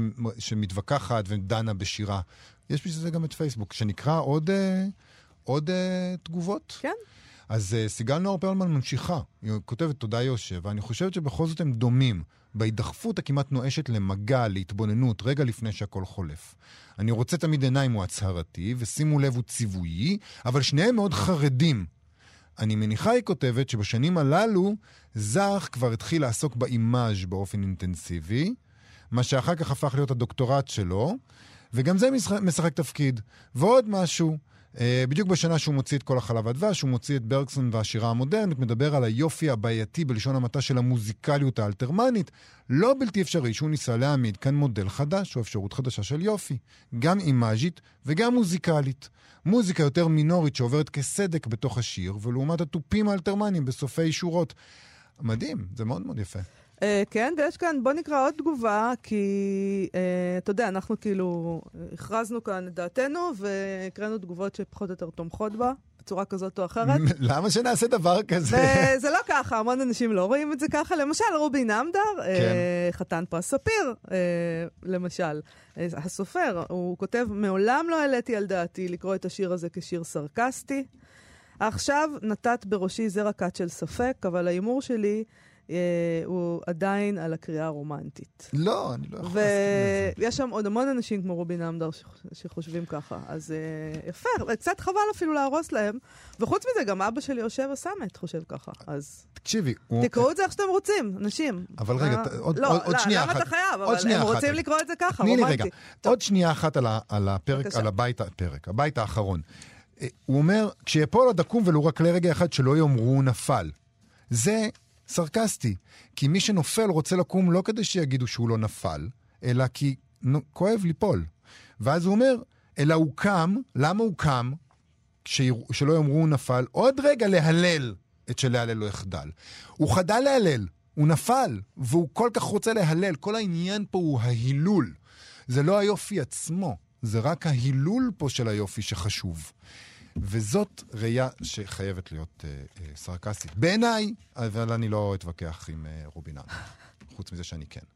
שמתווכחת ודנה בשירה. יש בשביל זה גם את פייסבוק, שנקרא עוד... עוד uh, תגובות? כן. אז uh, סיגל נאור פרלמן ממשיכה. היא כותבת תודה יושב, ואני חושבת שבכל זאת הם דומים. בהידחפות הכמעט נואשת למגע, להתבוננות, רגע לפני שהכל חולף. אני רוצה תמיד עיניים הוא הצהרתי, ושימו לב הוא ציווי, אבל שניהם מאוד חרדים. אני מניחה, היא כותבת, שבשנים הללו, זך כבר התחיל לעסוק באימאז' באופן אינטנסיבי, מה שאחר כך הפך להיות הדוקטורט שלו, וגם זה משחק תפקיד. ועוד משהו, Uh, בדיוק בשנה שהוא מוציא את כל החלב הדבש, הוא מוציא את ברגסון והשירה המודרנית, מדבר על היופי הבעייתי בלשון המעטה של המוזיקליות האלתרמנית, לא בלתי אפשרי שהוא ניסה להעמיד כאן מודל חדש, או אפשרות חדשה של יופי, גם אימאז'ית וגם מוזיקלית. מוזיקה יותר מינורית שעוברת כסדק בתוך השיר, ולעומת הטופים האלתרמניים בסופי שורות. מדהים, זה מאוד מאוד יפה. Uh, כן, ויש כאן, בוא נקרא עוד תגובה, כי uh, אתה יודע, אנחנו כאילו הכרזנו כאן את דעתנו, והקראנו תגובות שפחות יותר תומכות בה, בצורה כזאת או אחרת. למה שנעשה דבר כזה? וזה לא ככה, המון אנשים לא רואים את זה ככה. למשל, רובין עמדר, כן. uh, חתן פרס ספיר, uh, למשל, uh, הסופר, הוא כותב, מעולם לא העליתי על דעתי לקרוא את השיר הזה כשיר סרקסטי. עכשיו נתת בראשי זרע קט של ספק, אבל האימור שלי... הוא עדיין על הקריאה הרומנטית. לא, אני לא יכול להסכים לזה. ויש שם עוד המון אנשים כמו רובין עמדר שחושבים ככה. אז יפה, קצת חבל אפילו להרוס להם. וחוץ מזה, גם אבא שלי יושב הסמט חושב ככה. אז תקשיבי. תקראו את זה איך שאתם רוצים, אנשים. אבל רגע, עוד שנייה אחת. למה אתה חייב? אבל הם רוצים לקרוא את זה ככה, רומנטי. עוד שנייה אחת על הפרק, על הבית האחרון. הוא אומר, כשיפול עוד אקום ולו רק לרגע אחד שלא יאמרו נפל. זה סרקסטי, כי מי שנופל רוצה לקום לא כדי שיגידו שהוא לא נפל, אלא כי כואב ליפול. ואז הוא אומר, אלא הוא קם, למה הוא קם? שלא יאמרו הוא נפל, עוד רגע להלל את שלהלל לא יחדל. הוא חדל להלל, הוא נפל, והוא כל כך רוצה להלל. כל העניין פה הוא ההילול. זה לא היופי עצמו, זה רק ההילול פה של היופי שחשוב. וזאת ראייה שחייבת להיות אה, אה, סרקסטית. בעיניי, אבל אני לא אתווכח עם אה, רובינן. חוץ מזה שאני כן.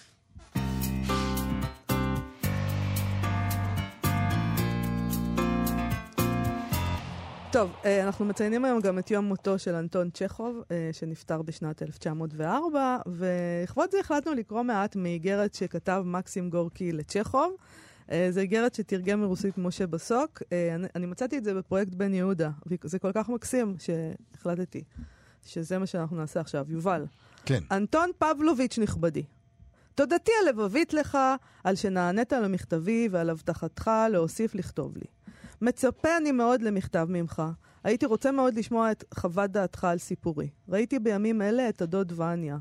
טוב, אנחנו מציינים היום גם את יום מותו של אנטון צ'כוב, שנפטר בשנת אלף תשע מאות וארבע, ולכבוד זה החלטנו לקרוא מעט מאיגרת שכתב מקסים גורקי לצ'כוב. זה איגרת שתרגם מרוסית משה בסוק. אני, אני מצאתי את זה בפרויקט בן יהודה, וזה כל כך מקסים שהחלטתי שזה מה שאנחנו נעשה עכשיו. יובל. כן. אנטון פבלוביץ' נכבדי. תודתי הלבבית לך על שנענית על המכתבי ועל הבטחתך להוסיף לכתוב לי. מצפה אני מאוד למכתב ממך. הייתי רוצה מאוד לשמוע את חוות דעתך על סיפורי. ראיתי בימים אלה את הדוד וניה.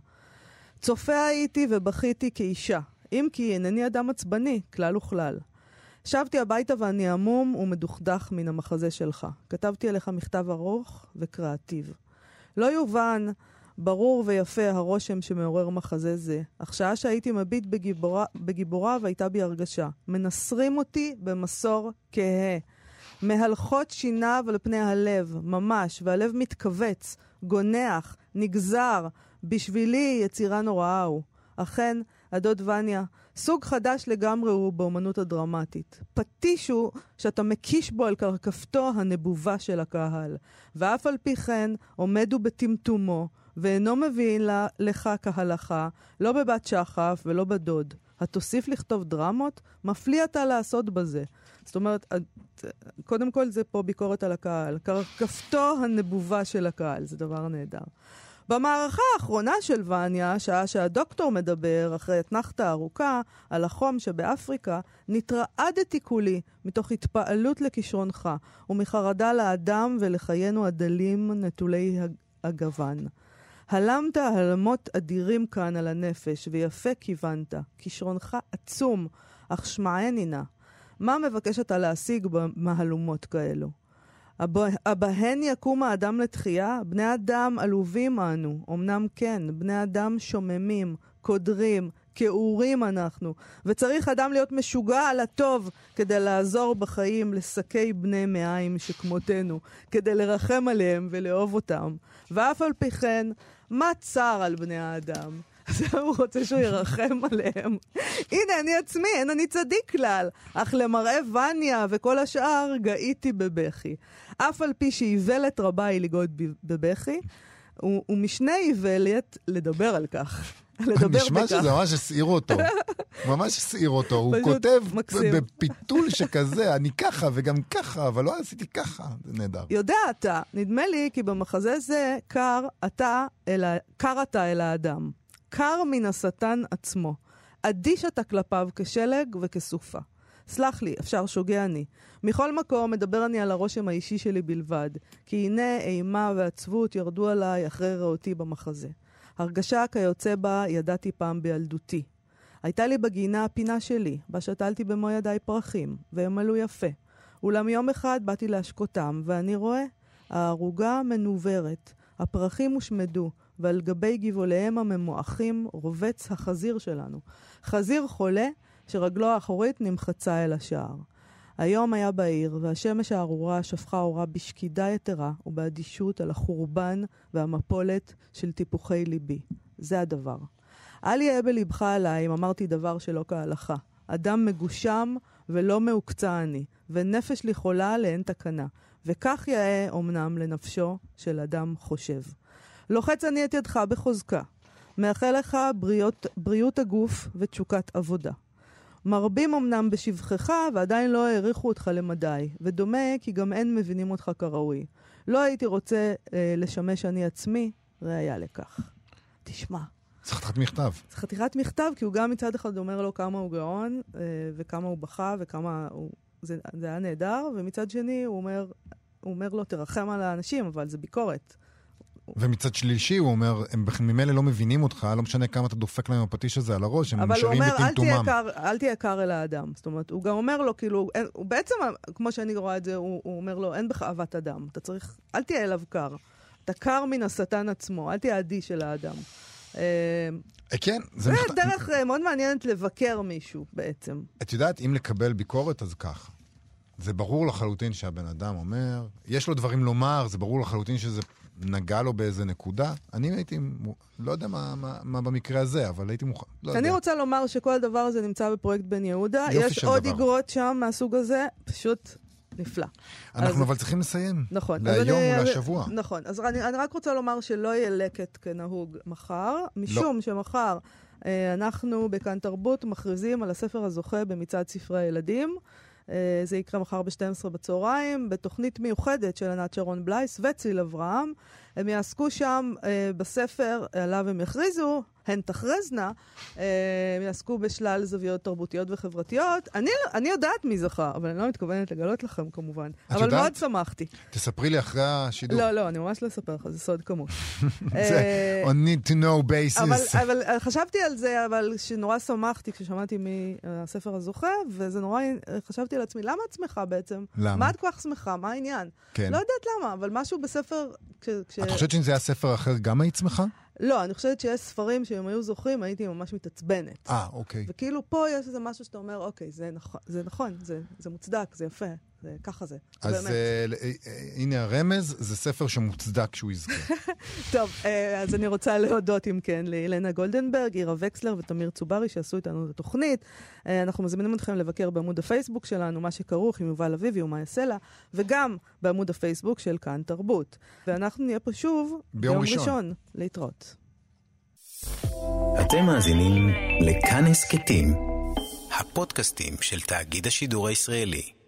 צופה הייתי ובכיתי כאישה, אם כי אינני אדם עצבני, כלל וכלל. שבתי הביתה ואני עמום ומדוכדך מן המחזה שלך. כתבתי אליך מכתב ארוך וקריאטיב. לא יובן, ברור ויפה הרושם שמעורר מחזה זה, אך שעה שהייתי מביט בגיבורה, בגיבורה והייתה בי הרגשה. מנסרים אותי במסור כהה. מהלכות שיניו על פני הלב, ממש, והלב מתכווץ, גונח, נגזר, בשבילי יצירה נוראה הוא. אכן, הדוד וניה, סוג חדש לגמרי הוא באומנות הדרמטית. פטיש הוא שאתה מקיש בו על קרקפתו הנבובה של הקהל, ואף על פי כן עומד הוא בטמטומו, ואינו מבין לה, לך כהלכה, לא בבת שחף ולא בדוד. התוסיף לכתוב דרמות, מפליא אתה לעשות בזה. זאת אומרת, קודם כל זה פה ביקורת על הקהל. קרקפתו הנבובה של הקהל, זה דבר נהדר. במערכה האחרונה של וניה, שעה שהדוקטור מדבר, אחרי אתנחתה ארוכה, על החום שבאפריקה, נתרעדתי כולי מתוך התפעלות לכישרונך, ומחרדה לאדם ולחיינו הדלים נטולי הגוון. הלמת הלמות אדירים כאן על הנפש, ויפה כיוונת. כישרונך עצום, אך שמעני נא. מה מבקש אתה להשיג במהלומות כאלו? הבהן יקום האדם לתחייה? בני אדם עלובים אנו, אמנם כן, בני אדם שוממים, קודרים, כאורים אנחנו, וצריך אדם להיות משוגע על הטוב כדי לעזור בחיים לסקי בני מאיים שכמותנו, כדי לרחם עליהם ולאהוב אותם. ואף על פי כן, מה צר על בני האדם? הוא רוצה שהוא ירחם עליהם. הנה, אני עצמי, אין אני צדיק כלל, אך למראה וניה וכל השאר גאיתי בבכי. אף על פי שאיוולת רבה היא לגוד בבכי, ומשנה איוולת לדבר על כך. נשמע שזה ממש הסעיר אותו. ממש הסעיר אותו. הוא כותב בפיתול שכזה, אני ככה וגם ככה, אבל לא עשיתי ככה. זה נהדר. יודע אתה, נדמה לי כי במחזה זה קר אתה אל האדם. קר מן השטן עצמו. אדיש אתה כלפיו כשלג וכסופה. סלח לי, אפשר שוגע אני. מכל מקום מדבר אני על הרושם האישי שלי בלבד, כי הנה אימה ועצבות ירדו עליי אחרי ראותי במחזה. הרגשה כיוצא בה ידעתי פעם בילדותי. הייתה לי בגינה הפינה שלי, בה שתלתי במו ידיי פרחים, והם עלו יפה. אולם יום אחד באתי להשקותם, ואני רואה, הערוגה מנוברת, הפרחים הושמדו, ועל גבי גבעוליהם הממועכים רובץ החזיר שלנו. חזיר חולה שרגלו האחורית נמחצה אל השער. היום היה בעיר, והשמש הארורה שפכה אורה בשקידה יתרה ובאדישות על החורבן והמפולת של טיפוחי ליבי. זה הדבר. אל יהיה בלבך עליי אם אמרתי דבר שלא כהלכה. אדם מגושם ולא מעוקצה אני, ונפש לי חולה לאין תקנה, וכך יאה אומנם לנפשו של אדם חושב. לוחץ אני את ידך בחוזקה. מאחל לך בריאות, בריאות הגוף ותשוקת עבודה. מרבים אמנם בשבחך ועדיין לא העריכו אותך למדי, ודומה כי גם אין מבינים אותך כראוי. לא הייתי רוצה אה, לשמש אני עצמי ראיה לכך. תשמע. זה חתיכת מכתב. זה חתיכת מכתב, כי הוא גם מצד אחד אומר לו כמה הוא גאון, אה, וכמה הוא בכה, וכמה הוא זה, זה היה נהדר, ומצד שני הוא אומר, הוא אומר לו, תרחם על האנשים, אבל זה ביקורת. ומצד שלישי הוא אומר, הם ממילא לא מבינים אותך, לא משנה כמה אתה דופק להם הפטיש הזה על הראש, הם נשארים בטמטומם. אבל הוא אומר, אל תהיה קר אל האדם. זאת אומרת, הוא גם אומר לו, כאילו, אין, הוא בעצם, כמו שאני רואה את זה, הוא, הוא אומר לו, אין בך אהבת אדם. אתה צריך, אל תהיה אליו קר. אתה קר מן השטן עצמו, אל תהיה עדי של האדם. כן. זה דרך מאוד מעניינת לבקר מישהו בעצם. את יודעת, אם לקבל ביקורת, אז ככה. זה ברור לחלוטין שהבן אדם אומר, יש לו דברים לומר, זה ברור לחלוטין שזה נגע לו באיזה נקודה. אני הייתי, לא יודע מה, מה, מה במקרה הזה, אבל הייתי מוכן. לא אני יודע. רוצה לומר שכל הדבר הזה נמצא בפרויקט בן יהודה. יש עוד אגרות שם מהסוג הזה, פשוט נפלא. אנחנו אז, אבל צריכים לסיים. נכון. להיום אני, ולשבוע. נכון. אז אני, אני רק רוצה לומר שלא יהיה לקט כנהוג מחר, משום לא. שמחר אה, אנחנו בכאן תרבות מכריזים על הספר הזוכה במצעד ספרי הילדים. זה יקרה מחר ב-שתים עשרה בצהריים, בתוכנית מיוחדת של ענת שרון בלייס וציל אברהם. הם יעסקו שם אה, בספר עליו הם יכריזו, הן תחרזנה, אה, הם יעסקו בשלל זוויות תרבותיות וחברתיות. אני, אני יודעת מי זכה, אבל אני לא מתכוונת לגלות לכם כמובן. אבל יודעת? מאוד שמחתי. תספרי לי אחרי השידור. לא, לא, אני ממש לא אספר לך, זה סוד כמות. זה on need to know basis. אבל, אבל חשבתי על זה, אבל שנורא שמחתי כששמעתי מהספר הזוכה, וזה נורא, חשבתי על עצמי, למה את שמחה בעצם? למה? מה את כל כך שמחה? מה העניין? כן. לא יודעת למה, אבל משהו בספר... כש, כש... את חושבת שאם זה היה ספר אחר, גם היית שמחה? לא, אני חושבת שיש ספרים שאם היו זוכים, הייתי ממש מתעצבנת. אה, אוקיי. וכאילו פה יש איזה משהו שאתה אומר, אוקיי, זה נכון, זה, נכון, זה, זה מוצדק, זה יפה, זה, ככה זה. אז אה, הנה הרמז, זה ספר שמוצדק שהוא יזכה. טוב, אה, אז אני רוצה להודות אם כן לאילנה גולדנברג, עירה וקסלר ותמיר צוברי שעשו איתנו את התוכנית. אה, אנחנו מזמינים אתכם לבקר בעמוד הפייסבוק שלנו, מה שכרוך עם יובל אביבי ומה יעשה לה, וגם בעמוד הפייסבוק של כאן תרבות. ואנחנו נהיה פה שוב ביום ראשון. ראשון להתראות. אתם מאזינים לכאן הסכתים, הפודקאסטים של תאגיד השידור הישראלי.